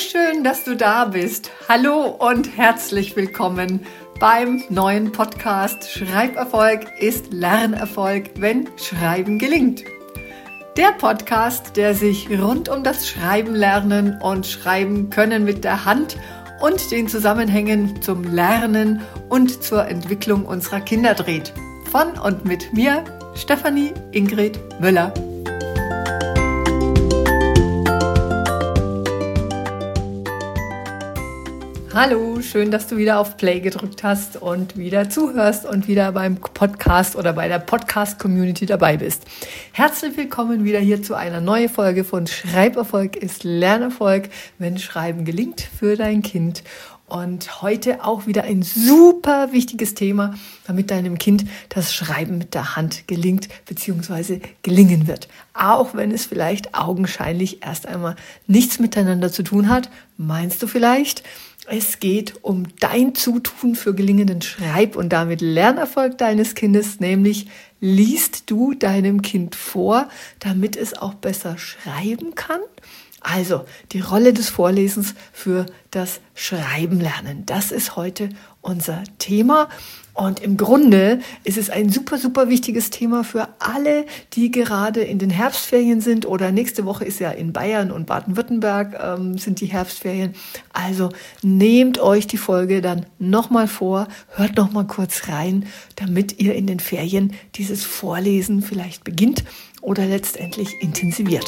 schön, dass du da bist. Hallo und herzlich willkommen beim neuen Podcast Schreiberfolg ist Lernerfolg, wenn Schreiben gelingt. Der Podcast, der sich rund um das Schreiben lernen und Schreiben können mit der Hand und den Zusammenhängen zum Lernen und zur Entwicklung unserer Kinder dreht. Von und mit mir, Stefanie Ingrid Müller. Hallo, schön, dass du wieder auf Play gedrückt hast und wieder zuhörst und wieder beim Podcast oder bei der Podcast-Community dabei bist. Herzlich willkommen wieder hier zu einer neuen Folge von Schreiberfolg ist Lernerfolg, wenn Schreiben gelingt für dein Kind. Und heute auch wieder ein super wichtiges Thema, damit deinem Kind das Schreiben mit der Hand gelingt bzw. gelingen wird. Auch wenn es vielleicht augenscheinlich erst einmal nichts miteinander zu tun hat, meinst du vielleicht? Es geht um dein Zutun für gelingenden Schreib- und damit Lernerfolg deines Kindes, nämlich liest du deinem Kind vor, damit es auch besser schreiben kann? Also die Rolle des Vorlesens für das Schreiben lernen, das ist heute unser Thema. Und im Grunde ist es ein super, super wichtiges Thema für alle, die gerade in den Herbstferien sind oder nächste Woche ist ja in Bayern und Baden-Württemberg sind die Herbstferien. Also nehmt euch die Folge dann nochmal vor, hört nochmal kurz rein, damit ihr in den Ferien dieses Vorlesen vielleicht beginnt oder letztendlich intensiviert.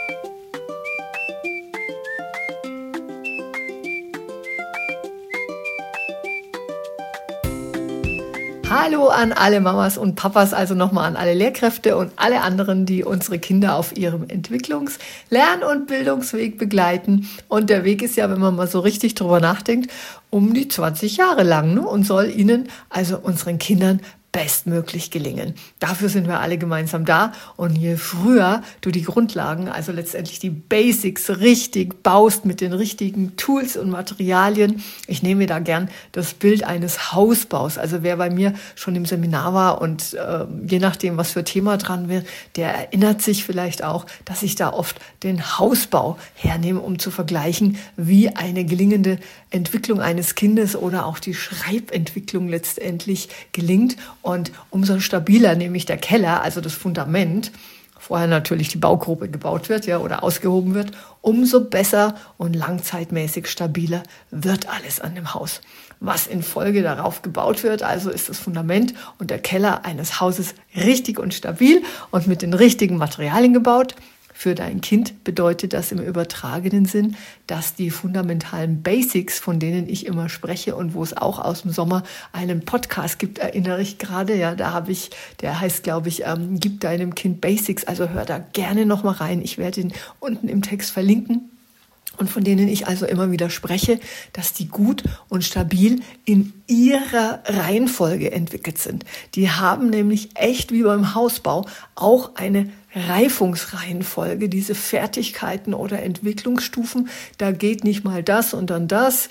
Hallo an alle Mamas und Papas, also nochmal an alle Lehrkräfte und alle anderen, die unsere Kinder auf ihrem Entwicklungs-, Lern- und Bildungsweg begleiten. Und der Weg ist ja, wenn man mal so richtig drüber nachdenkt, um die 20 Jahre lang, ne? Und soll ihnen, also unseren Kindern, bestmöglich gelingen. Dafür sind wir alle gemeinsam da. Und je früher du die Grundlagen, also letztendlich die Basics richtig baust mit den richtigen Tools und Materialien. Ich nehme da gern das Bild eines Hausbaus. Also wer bei mir schon im Seminar war und je nachdem, was für Thema dran wird, der erinnert sich vielleicht auch, dass ich da oft den Hausbau hernehme, um zu vergleichen, wie eine gelingende Entwicklung eines Kindes oder auch die Schreibentwicklung letztendlich gelingt. Und umso stabiler nämlich der Keller, also das Fundament, vorher natürlich die Baugruppe gebaut wird, ja, oder ausgehoben wird, umso besser und langzeitmäßig stabiler wird alles an dem Haus. Was in Folge darauf gebaut wird, also ist das Fundament und der Keller eines Hauses richtig und stabil und mit den richtigen Materialien gebaut. Für dein Kind bedeutet das im übertragenen Sinn, dass die fundamentalen Basics, von denen ich immer spreche und wo es auch aus dem Sommer einen Podcast gibt, erinnere ich gerade, ja, der heißt, glaube ich, Gib deinem Kind Basics, also hör da gerne nochmal rein. Ich werde ihn unten im Text verlinken. Und von denen ich also immer wieder spreche, dass die gut und stabil in ihrer Reihenfolge entwickelt sind. Die haben nämlich echt wie beim Hausbau auch eine Reifungsreihenfolge, diese Fertigkeiten oder Entwicklungsstufen. Da geht nicht mal das und dann das.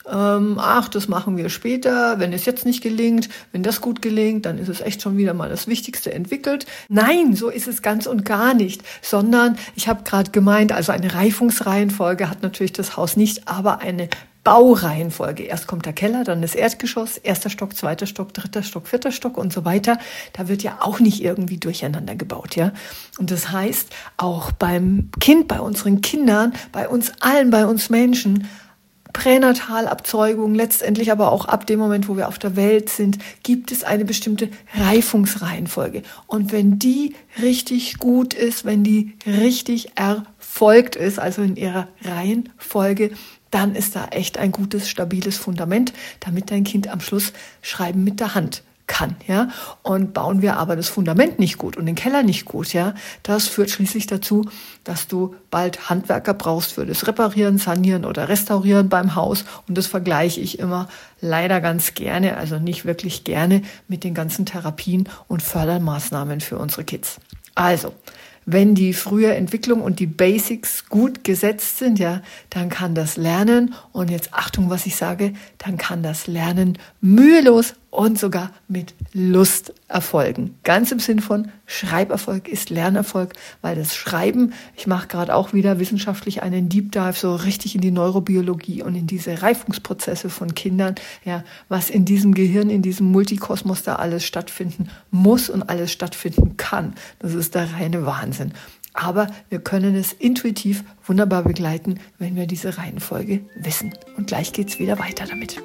Das machen wir später, wenn es jetzt nicht gelingt, wenn das gut gelingt, dann ist es echt schon wieder mal das Wichtigste entwickelt. Nein, so ist es ganz und gar nicht, sondern ich habe gerade gemeint, also eine Reifungsreihenfolge hat natürlich das Haus nicht, aber eine Baureihenfolge. Erst kommt der Keller, dann das Erdgeschoss, erster Stock, zweiter Stock, dritter Stock, vierter Stock und so weiter. Da wird ja auch nicht irgendwie durcheinander gebaut, ja. Und das heißt, auch beim Kind, bei unseren Kindern, bei uns allen, bei uns Menschen, Pränatalabzeugung, letztendlich aber auch ab dem Moment, wo wir auf der Welt sind, gibt es eine bestimmte Reifungsreihenfolge. Und wenn die richtig gut ist, wenn die richtig erfolgt ist, also in ihrer Reihenfolge, dann ist da echt ein gutes, stabiles Fundament, damit dein Kind am Schluss schreiben mit der Hand kann, ja. Und bauen wir aber das Fundament nicht gut und den Keller nicht gut, ja, das führt schließlich dazu, dass du bald Handwerker brauchst für das Reparieren, Sanieren oder Restaurieren beim Haus. Und das vergleiche ich immer leider ganz gerne, also nicht wirklich gerne, mit den ganzen Therapien und Fördermaßnahmen für unsere Kids. Also, wenn die frühe Entwicklung und die Basics gut gesetzt sind, ja, dann kann das Lernen, und jetzt Achtung, was ich sage, dann kann das Lernen mühelos und sogar mit Lust erfolgen. Ganz im Sinn von Schreiberfolg ist Lernerfolg, weil das Schreiben, ich mache gerade auch wieder wissenschaftlich einen Deep Dive so richtig in die Neurobiologie und in diese Reifungsprozesse von Kindern, ja, was in diesem Gehirn, in diesem Multikosmos da alles stattfinden muss und alles stattfinden kann. Das ist der reine Wahnsinn. Aber wir können es intuitiv wunderbar begleiten, wenn wir diese Reihenfolge wissen. Und gleich geht's wieder weiter damit.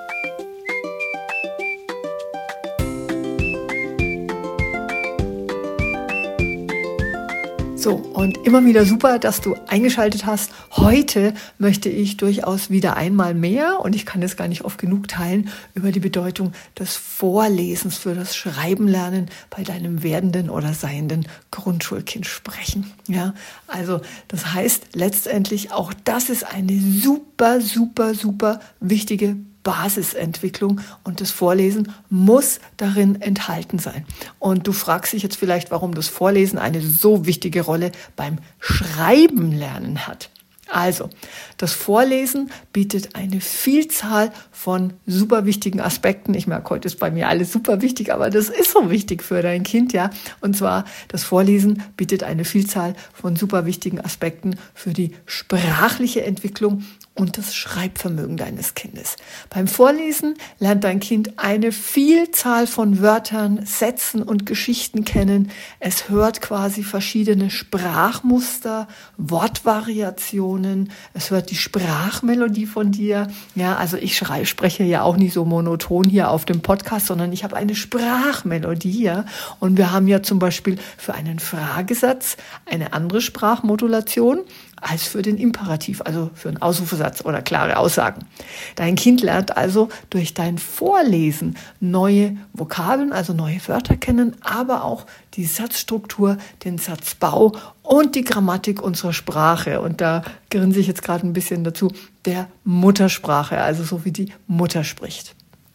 So, und immer wieder super, dass du eingeschaltet hast. Heute möchte ich durchaus wieder einmal mehr, und ich kann das gar nicht oft genug teilen, über die Bedeutung des Vorlesens für das Schreibenlernen bei deinem werdenden oder seienden Grundschulkind sprechen. Ja, also das heißt letztendlich, auch das ist eine super, super, super wichtige Basisentwicklung und das Vorlesen muss darin enthalten sein. Und du fragst dich jetzt vielleicht, warum das Vorlesen eine so wichtige Rolle beim Schreibenlernen hat. Also, das Vorlesen bietet eine Vielzahl von super wichtigen Aspekten. Ich merke, heute ist bei mir alles super wichtig, aber das ist so wichtig für dein Kind, ja. Und zwar, das Vorlesen bietet eine Vielzahl von super wichtigen Aspekten für die sprachliche Entwicklung und das Schreibvermögen deines Kindes. Beim Vorlesen lernt dein Kind eine Vielzahl von Wörtern, Sätzen und Geschichten kennen. Es hört quasi verschiedene Sprachmuster, Wortvariationen. Es hört die Sprachmelodie von dir. Ja, also ich spreche ja auch nicht so monoton hier auf dem Podcast, sondern ich habe eine Sprachmelodie. Ja? Und wir haben ja zum Beispiel für einen Fragesatz eine andere Sprachmodulation als für den Imperativ, also für einen Ausrufesatz oder klare Aussagen. Dein Kind lernt also durch dein Vorlesen neue Vokabeln, also neue Wörter kennen, aber auch die Satzstruktur, den Satzbau und die Grammatik unserer Sprache. Und da grinse ich jetzt gerade ein bisschen dazu, der Muttersprache, also so wie die Mutter spricht.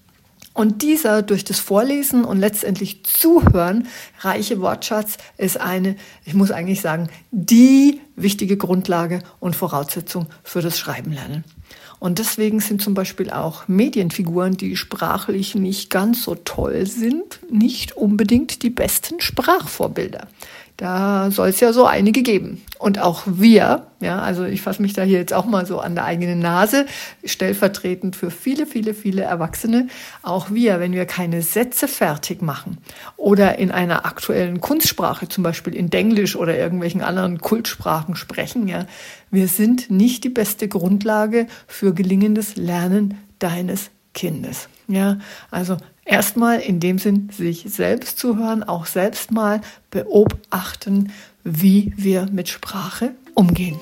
Und dieser durch das Vorlesen und letztendlich Zuhören reiche Wortschatz ist eine, ich muss eigentlich sagen, die wichtige Grundlage und Voraussetzung für das Schreibenlernen. Und deswegen sind zum Beispiel auch Medienfiguren, die sprachlich nicht ganz so toll sind, nicht unbedingt die besten Sprachvorbilder. Da soll es ja so einige geben. Und auch wir, ja, also ich fasse mich da hier jetzt auch mal so an der eigenen Nase, stellvertretend für viele, viele, viele Erwachsene. Auch wir, wenn wir keine Sätze fertig machen oder in einer aktuellen Kunstsprache, zum Beispiel in Denglisch oder irgendwelchen anderen Kultsprachen sprechen, ja, wir sind nicht die beste Grundlage für gelingendes Lernen deines Kindes. Ja, also erstmal in dem Sinn, sich selbst zuhören, auch selbst mal beobachten, wie wir mit Sprache umgehen.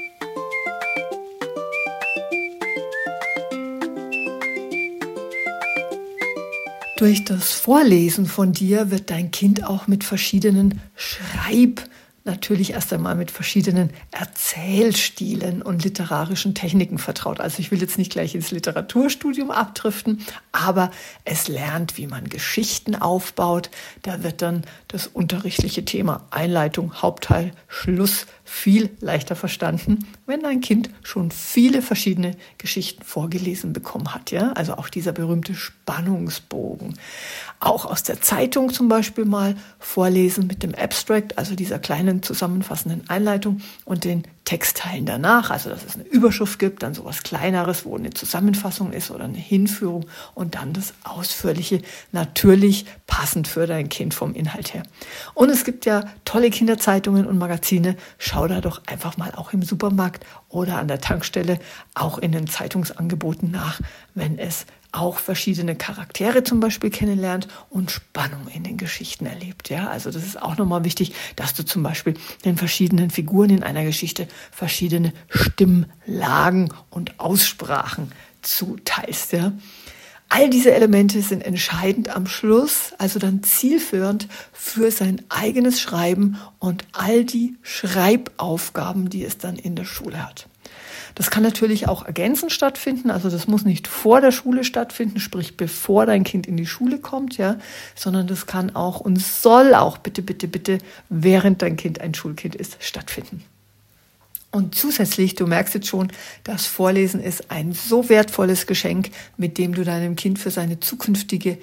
Durch das Vorlesen von dir wird dein Kind auch mit verschiedenen natürlich erst einmal mit verschiedenen Erzählstilen und literarischen Techniken vertraut. Also ich will jetzt nicht gleich ins Literaturstudium abdriften, aber es lernt, wie man Geschichten aufbaut. Da wird dann das unterrichtliche Thema Einleitung, Hauptteil, Schluss viel leichter verstanden, wenn ein Kind schon viele verschiedene Geschichten vorgelesen bekommen hat. Ja? Also auch dieser berühmte Spannungsbogen. Auch aus der Zeitung zum Beispiel mal vorlesen mit dem Abstract, also dieser kleinen zusammenfassenden Einleitung und den Textteilen danach, also dass es eine Überschrift gibt, dann sowas Kleineres, wo eine Zusammenfassung ist oder eine Hinführung und dann das Ausführliche, natürlich passend für dein Kind vom Inhalt her. Und es gibt ja tolle Kinderzeitungen und Magazine, schau da doch einfach mal auch im Supermarkt oder an der Tankstelle, auch in den Zeitungsangeboten nach, wenn es auch verschiedene Charaktere zum Beispiel kennenlernt und Spannung in den Geschichten erlebt. Ja, also das ist auch nochmal wichtig, dass du zum Beispiel den verschiedenen Figuren in einer Geschichte verschiedene Stimmlagen und Aussprachen zuteilst. Ja. All diese Elemente sind entscheidend am Schluss, also dann zielführend für sein eigenes Schreiben und all die Schreibaufgaben, die es dann in der Schule hat. Das kann natürlich auch ergänzend stattfinden, also das muss nicht vor der Schule stattfinden, sprich bevor dein Kind in die Schule kommt, ja, sondern das kann auch und soll auch bitte, bitte, bitte, während dein Kind ein Schulkind ist, stattfinden. Und zusätzlich, du merkst jetzt schon, das Vorlesen ist ein so wertvolles Geschenk, mit dem du deinem Kind für seine zukünftige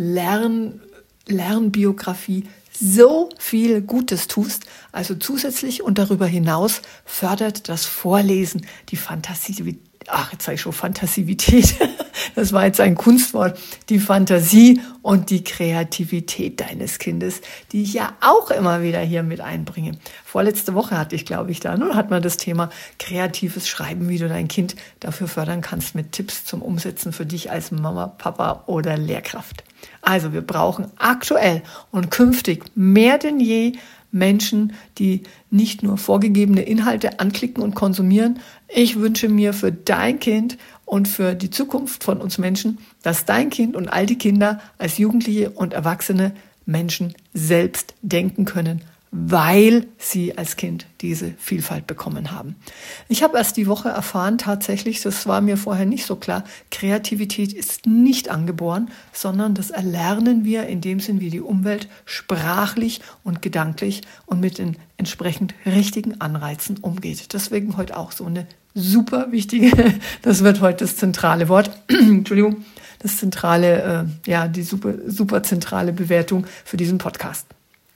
Lernbiografie so viel Gutes tust. Also zusätzlich und darüber hinaus fördert das Vorlesen die Fantasivität. Jetzt sage ich schon Fantasivität. Das war jetzt ein Kunstwort. Die Fantasie und die Kreativität deines Kindes, die ich ja auch immer wieder hier mit einbringe. Vorletzte Woche hat man das Thema kreatives Schreiben, wie du dein Kind dafür fördern kannst mit Tipps zum Umsetzen für dich als Mama, Papa oder Lehrkraft. Also wir brauchen aktuell und künftig mehr denn je Menschen, die nicht nur vorgegebene Inhalte anklicken und konsumieren. Ich wünsche mir für dein Kind und für die Zukunft von uns Menschen, dass dein Kind und all die Kinder als Jugendliche und erwachsene Menschen selbst denken können, weil sie als Kind diese Vielfalt bekommen haben. Ich habe erst die Woche erfahren, tatsächlich, das war mir vorher nicht so klar, Kreativität ist nicht angeboren, sondern das erlernen wir, indem wir die Umwelt sprachlich und gedanklich und mit den entsprechend richtigen Anreizen umgeht. Deswegen heute auch so eine super wichtige, das wird heute das zentrale Wort, Entschuldigung, das zentrale, die super zentrale Bewertung für diesen Podcast.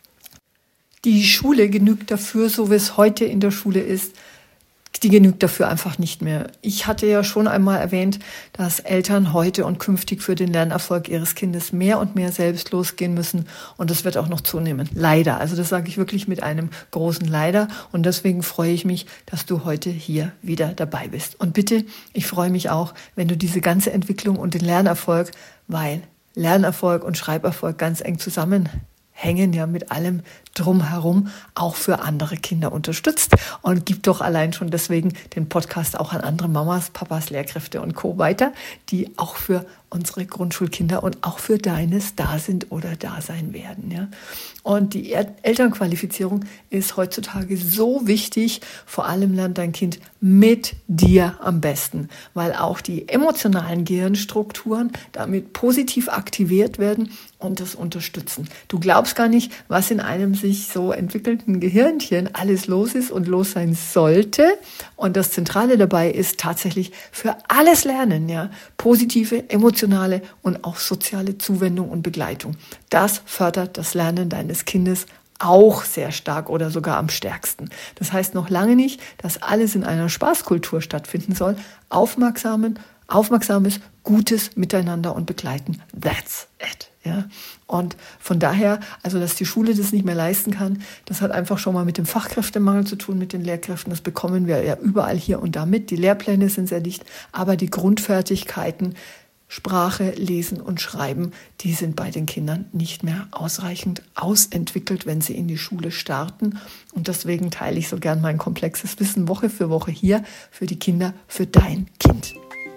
Die Schule genügt dafür, so wie es heute in der Schule ist, die genügt dafür einfach nicht mehr. Ich hatte ja schon einmal erwähnt, dass Eltern heute und künftig für den Lernerfolg ihres Kindes mehr und mehr selbst losgehen müssen. Und das wird auch noch zunehmen. Leider. Also das sage ich wirklich mit einem großen Leider. Und deswegen freue ich mich, dass du heute hier wieder dabei bist. Und bitte, ich freue mich auch, wenn du diese ganze Entwicklung und den Lernerfolg, weil Lernerfolg und Schreiberfolg ganz eng zusammenhängen ja mit allem drumherum, auch für andere Kinder unterstützt und gib doch allein schon deswegen den Podcast auch an andere Mamas, Papas, Lehrkräfte und Co. weiter, die auch für unsere Grundschulkinder und auch für deines da sind oder da sein werden. Ja. Und die Elternqualifizierung ist heutzutage so wichtig, vor allem lernt dein Kind mit dir am besten, weil auch die emotionalen Gehirnstrukturen damit positiv aktiviert werden und das unterstützen. Du glaubst gar nicht, was in einem sich so entwickelnden Gehirnchen alles los ist und los sein sollte. Und das Zentrale dabei ist tatsächlich für alles Lernen, ja, positive, emotionale und auch soziale Zuwendung und Begleitung. Das fördert das Lernen deines Kindes auch sehr stark oder sogar am stärksten. Das heißt noch lange nicht, dass alles in einer Spaßkultur stattfinden soll. Aufmerksames, gutes Miteinander und Begleiten. That's it. Ja. Und von daher, also dass die Schule das nicht mehr leisten kann, das hat einfach schon mal mit dem Fachkräftemangel zu tun, mit den Lehrkräften. Das bekommen wir ja überall hier und da mit. Die Lehrpläne sind sehr dicht, aber die Grundfertigkeiten, Sprache, Lesen und Schreiben, die sind bei den Kindern nicht mehr ausreichend ausentwickelt, wenn sie in die Schule starten. Und deswegen teile ich so gern mein komplexes Wissen Woche für Woche hier für die Kinder, für dein Kind.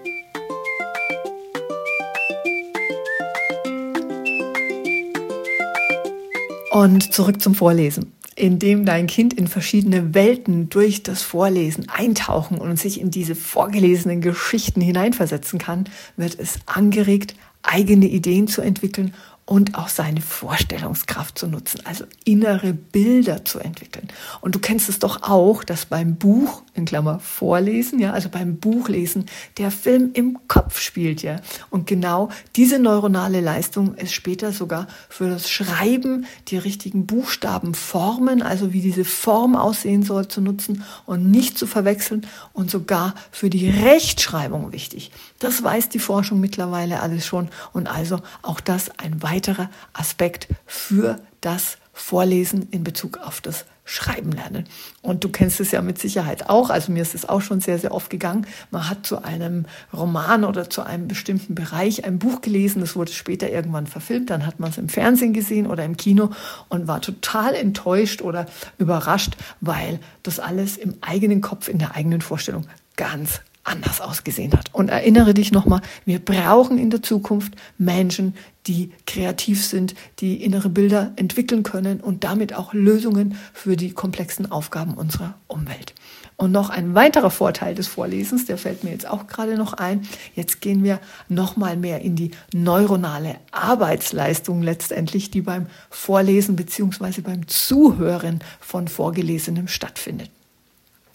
Und zurück zum Vorlesen. Indem dein Kind in verschiedene Welten durch das Vorlesen eintauchen und sich in diese vorgelesenen Geschichten hineinversetzen kann, wird es angeregt, eigene Ideen zu entwickeln und auch seine Vorstellungskraft zu nutzen, also innere Bilder zu entwickeln. Und du kennst es doch auch, dass beim Buch, in Klammer Vorlesen, ja, also beim Buchlesen, der Film im Kopf spielt, ja. Und genau diese neuronale Leistung ist später sogar für das Schreiben, die richtigen Buchstabenformen, also wie diese Form aussehen soll, zu nutzen und nicht zu verwechseln und sogar für die Rechtschreibung wichtig. Das weiß die Forschung mittlerweile alles schon und also auch das ein weiterer Aspekt für das Vorlesen in Bezug auf das Schreiben lernen. Und du kennst es ja mit Sicherheit auch, also mir ist es auch schon sehr, sehr oft gegangen. Man hat zu einem Roman oder zu einem bestimmten Bereich ein Buch gelesen, das wurde später irgendwann verfilmt, dann hat man es im Fernsehen gesehen oder im Kino und war total enttäuscht oder überrascht, weil das alles im eigenen Kopf, in der eigenen Vorstellung ganz anders ausgesehen hat. Und erinnere dich nochmal, wir brauchen in der Zukunft Menschen, die kreativ sind, die innere Bilder entwickeln können und damit auch Lösungen für die komplexen Aufgaben unserer Umwelt. Und noch ein weiterer Vorteil des Vorlesens, der fällt mir jetzt auch gerade noch ein. Jetzt gehen wir noch mal mehr in die neuronale Arbeitsleistung letztendlich, die beim Vorlesen bzw. beim Zuhören von Vorgelesenem stattfindet.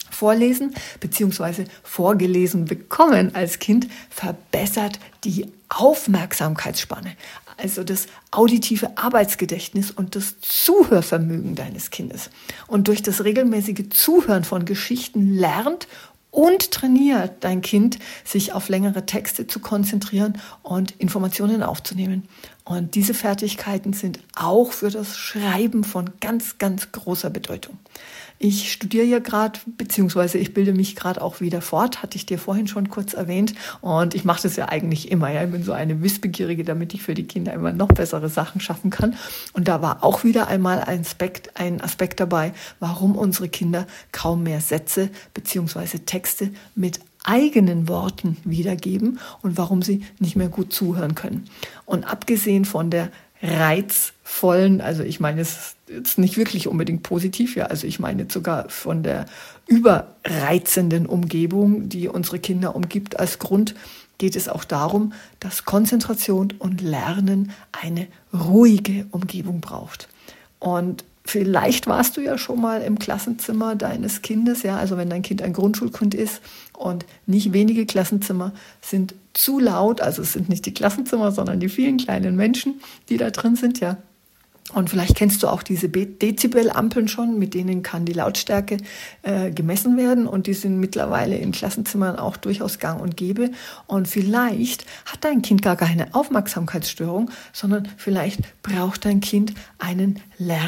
Vorlesen bzw. vorgelesen bekommen als Kind verbessert die Aufmerksamkeitsspanne, also das auditive Arbeitsgedächtnis und das Zuhörvermögen deines Kindes. Und durch das regelmäßige Zuhören von Geschichten lernt und trainiert dein Kind, sich auf längere Texte zu konzentrieren und Informationen aufzunehmen. Und diese Fertigkeiten sind auch für das Schreiben von ganz, ganz großer Bedeutung. Ich studiere ja gerade, beziehungsweise ich bilde mich gerade auch wieder fort, hatte ich dir vorhin schon kurz erwähnt. Und ich mache das ja eigentlich immer. Ja. Ich bin so eine Wissbegierige, damit ich für die Kinder immer noch bessere Sachen schaffen kann. Und da war auch wieder einmal ein Aspekt dabei, warum unsere Kinder kaum mehr Sätze beziehungsweise Texte mit eigenen Worten wiedergeben und warum sie nicht mehr gut zuhören können. Und abgesehen von der reizvollen, also ich meine es ist nicht wirklich unbedingt positiv, ja, also ich meine sogar von der überreizenden Umgebung, die unsere Kinder umgibt als Grund, geht es auch darum, dass Konzentration und Lernen eine ruhige Umgebung braucht. Und vielleicht warst du ja schon mal im Klassenzimmer deines Kindes, ja, also wenn dein Kind ein Grundschulkind ist und nicht wenige Klassenzimmer sind zu laut, also es sind nicht die Klassenzimmer, sondern die vielen kleinen Menschen, die da drin sind, ja. Und vielleicht kennst du auch diese Dezibel-Ampeln schon, mit denen kann die Lautstärke gemessen werden und die sind mittlerweile in Klassenzimmern auch durchaus gang und gäbe. Und vielleicht hat dein Kind gar keine Aufmerksamkeitsstörung, sondern vielleicht braucht dein Kind einen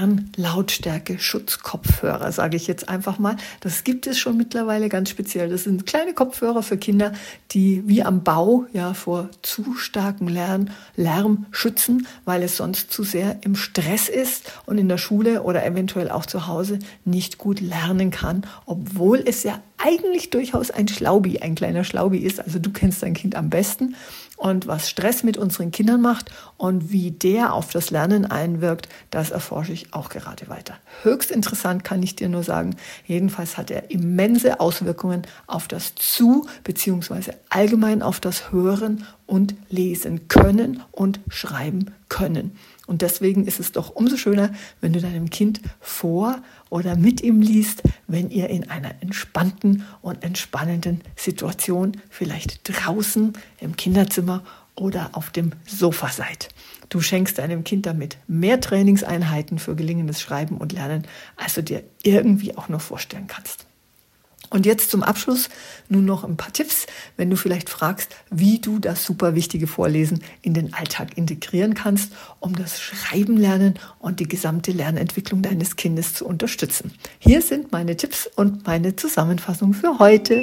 Lernlautstärke-Schutzkopfhörer, sage ich jetzt einfach mal. Das gibt es schon mittlerweile ganz speziell. Das sind kleine Kopfhörer für Kinder, die wie am Bau ja vor zu starkem Lärm schützen, weil es sonst zu sehr im Stress ist und in der Schule oder eventuell auch zu Hause nicht gut lernen kann, obwohl es ja eigentlich durchaus ein kleiner Schlaubi ist. Also du kennst dein Kind am besten. Und was Stress mit unseren Kindern macht und wie der auf das Lernen einwirkt, das erforsche ich auch gerade weiter. Höchst interessant, kann ich dir nur sagen. Jedenfalls hat er immense Auswirkungen auf das bzw. allgemein auf das Hören und Lesen können und schreiben können. Und deswegen ist es doch umso schöner, wenn du deinem Kind vor oder mit ihm liest, wenn ihr in einer entspannten und entspannenden Situation, vielleicht draußen im Kinderzimmer oder auf dem Sofa seid. Du schenkst deinem Kind damit mehr Trainingseinheiten für gelingendes Schreiben und Lernen, als du dir irgendwie auch nur vorstellen kannst. Und jetzt zum Abschluss nun noch ein paar Tipps, wenn du vielleicht fragst, wie du das super wichtige Vorlesen in den Alltag integrieren kannst, um das Schreiben lernen und die gesamte Lernentwicklung deines Kindes zu unterstützen. Hier sind meine Tipps und meine Zusammenfassung für heute.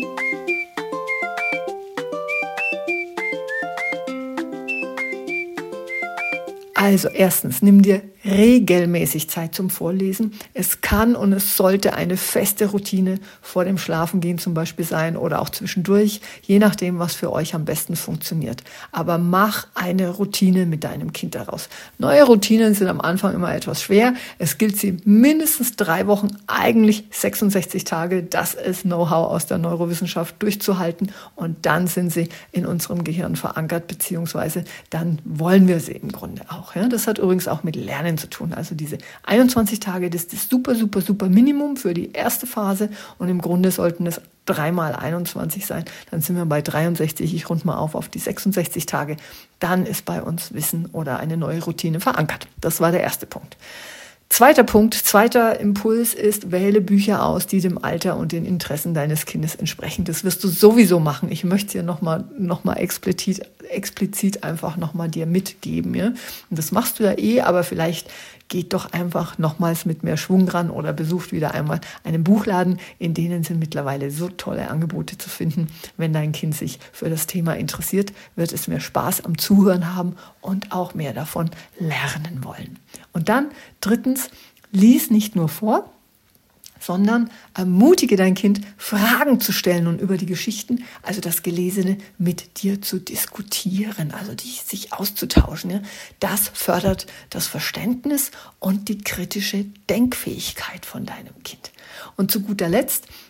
Also erstens, nimm dir regelmäßig Zeit zum Vorlesen. Es kann und es sollte eine feste Routine vor dem Schlafengehen zum Beispiel sein oder auch zwischendurch, je nachdem, was für euch am besten funktioniert. Aber mach eine Routine mit deinem Kind daraus. Neue Routinen sind am Anfang immer etwas schwer. Es gilt sie mindestens 3 Wochen, eigentlich 66 Tage. Das ist Know-how aus der Neurowissenschaft durchzuhalten und dann sind sie in unserem Gehirn verankert, beziehungsweise dann wollen wir sie im Grunde auch. Ja? Das hat übrigens auch mit Lernen zu tun. Also diese 21 Tage, das ist das super, super, super Minimum für die erste Phase und im Grunde sollten es 3 mal 21 sein. Dann sind wir bei 63. Ich runde mal auf die 66 Tage. Dann ist bei uns Wissen oder eine neue Routine verankert. Das war der erste Punkt. Zweiter Impuls ist, wähle Bücher aus, die dem Alter und den Interessen deines Kindes entsprechen. Das wirst du sowieso machen. Ich möchte es dir noch mal explizit einfach nochmal dir mitgeben. Ja? Und das machst du ja aber vielleicht geht doch einfach nochmals mit mehr Schwung dran oder besucht wieder einmal einen Buchladen, in denen sind mittlerweile so tolle Angebote zu finden. Wenn dein Kind sich für das Thema interessiert, wird es mehr Spaß am Zuhören haben und auch mehr davon lernen wollen. Und dann 3, lies nicht nur vor, sondern ermutige dein Kind, Fragen zu stellen und über die Geschichten, also das Gelesene, mit dir zu diskutieren, also sich auszutauschen. Ja. Das fördert das Verständnis und die kritische Denkfähigkeit von deinem Kind. Und zu guter Letzt,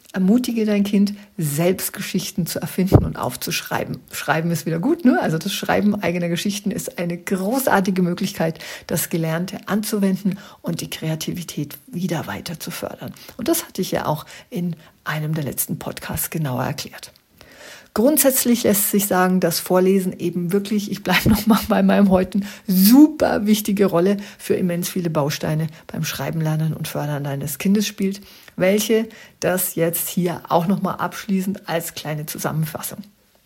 Ermutige dein Kind, selbst Geschichten zu erfinden und aufzuschreiben. Schreiben ist wieder gut, ne? Also das Schreiben eigener Geschichten ist eine großartige Möglichkeit, das Gelernte anzuwenden und die Kreativität wieder weiter zu fördern. Und das hatte ich ja auch in einem der letzten Podcasts genauer erklärt. Grundsätzlich lässt sich sagen, dass Vorlesen eben wirklich, ich bleibe nochmal bei meinem Heute, super wichtige Rolle für immens viele Bausteine beim Schreiben, Lernen und Fördern deines Kindes spielt, welche das jetzt hier auch nochmal abschließend als kleine Zusammenfassung.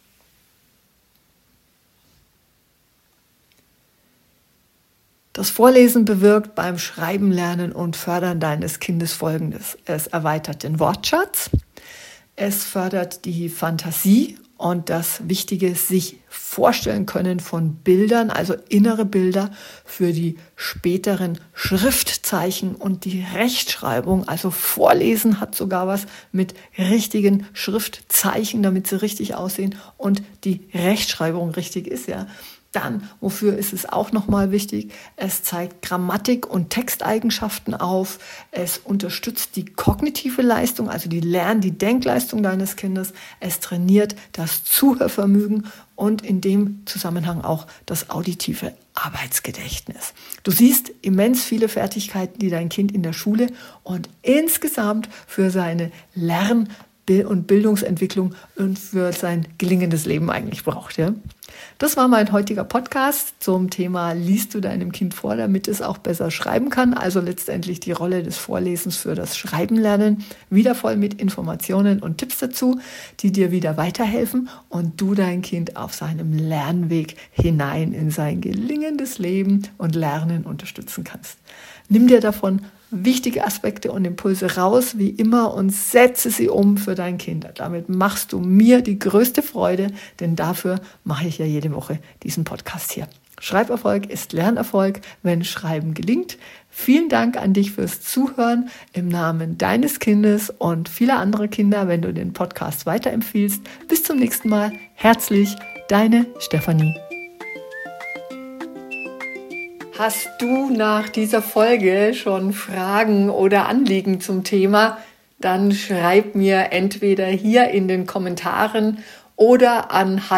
Das Vorlesen bewirkt beim Schreiben, Lernen und Fördern deines Kindes Folgendes. Es erweitert den Wortschatz, es fördert die Fantasie und das Wichtige, sich vorstellen können von Bildern, also innere Bilder für die späteren Schriftzeichen und die Rechtschreibung. Also Vorlesen hat sogar was mit richtigen Schriftzeichen, damit sie richtig aussehen und die Rechtschreibung richtig ist, ja. Dann, wofür ist es auch nochmal wichtig? Es zeigt Grammatik- und Texteigenschaften auf. Es unterstützt die kognitive Leistung, also die die Denkleistung deines Kindes. Es trainiert das Zuhörvermögen und in dem Zusammenhang auch das auditive Arbeitsgedächtnis. Du siehst immens viele Fertigkeiten, die dein Kind in der Schule und insgesamt für seine Lern- und Bildungsentwicklung und für sein gelingendes Leben eigentlich braucht. Ja? Das war mein heutiger Podcast zum Thema Liest du deinem Kind vor, damit es auch besser schreiben kann. Also letztendlich die Rolle des Vorlesens für das Schreiben lernen. Wieder voll mit Informationen und Tipps dazu, die dir wieder weiterhelfen und du dein Kind auf seinem Lernweg hinein in sein gelingendes Leben und Lernen unterstützen kannst. Nimm dir davon wichtige Aspekte und Impulse raus, wie immer, und setze sie um für dein Kind. Damit machst du mir die größte Freude, denn dafür mache ich ja jede Woche diesen Podcast hier. Schreiberfolg ist Lernerfolg, wenn Schreiben gelingt. Vielen Dank an dich fürs Zuhören im Namen deines Kindes und vieler anderer Kinder, wenn du den Podcast weiterempfiehlst. Bis zum nächsten Mal. Herzlich, deine Stefanie. Hast du nach dieser Folge schon Fragen oder Anliegen zum Thema? Dann schreib mir entweder hier in den Kommentaren oder an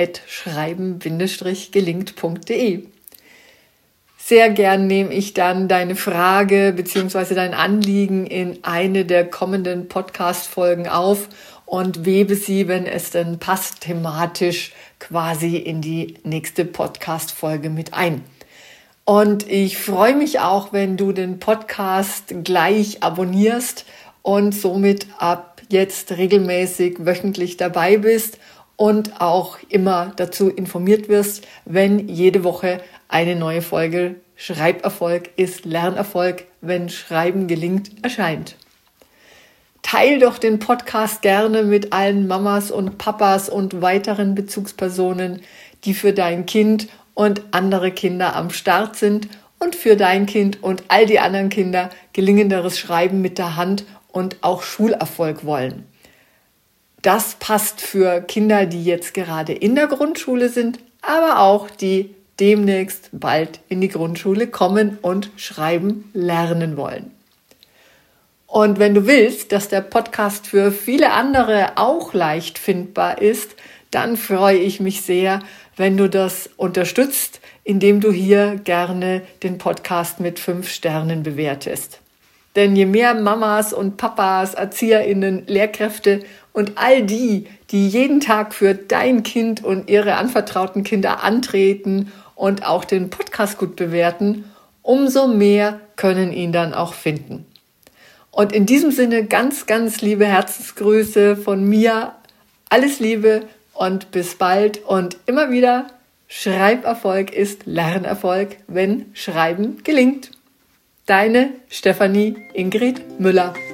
hallo@schreiben-gelingt.de. Sehr gern nehme ich dann deine Frage bzw. dein Anliegen in eine der kommenden Podcast-Folgen auf und webe sie, wenn es denn passt, thematisch quasi in die nächste Podcast-Folge mit ein. Und ich freue mich auch, wenn du den Podcast gleich abonnierst und somit ab jetzt regelmäßig wöchentlich dabei bist und auch immer dazu informiert wirst, wenn jede Woche eine neue Folge Schreiberfolg ist Lernerfolg, wenn Schreiben gelingt, erscheint. Teil doch den Podcast gerne mit allen Mamas und Papas und weiteren Bezugspersonen, die für dein Kind und andere Kinder am Start sind und für dein Kind und all die anderen Kinder gelingenderes Schreiben mit der Hand und auch Schulerfolg wollen. Das passt für Kinder, die jetzt gerade in der Grundschule sind, aber auch die demnächst bald in die Grundschule kommen und schreiben lernen wollen. Und wenn du willst, dass der Podcast für viele andere auch leicht findbar ist, dann freue ich mich sehr, wenn du das unterstützt, indem du hier gerne den Podcast mit 5 Sternen bewertest. Denn je mehr Mamas und Papas, ErzieherInnen, Lehrkräfte und all die, die jeden Tag für dein Kind und ihre anvertrauten Kinder antreten und auch den Podcast gut bewerten, umso mehr können ihn dann auch finden. Und in diesem Sinne ganz, ganz liebe Herzensgrüße von mir. Alles Liebe und bis bald und immer wieder, Schreiberfolg ist Lernerfolg, wenn Schreiben gelingt. Deine Stefanie Ingrid Müller.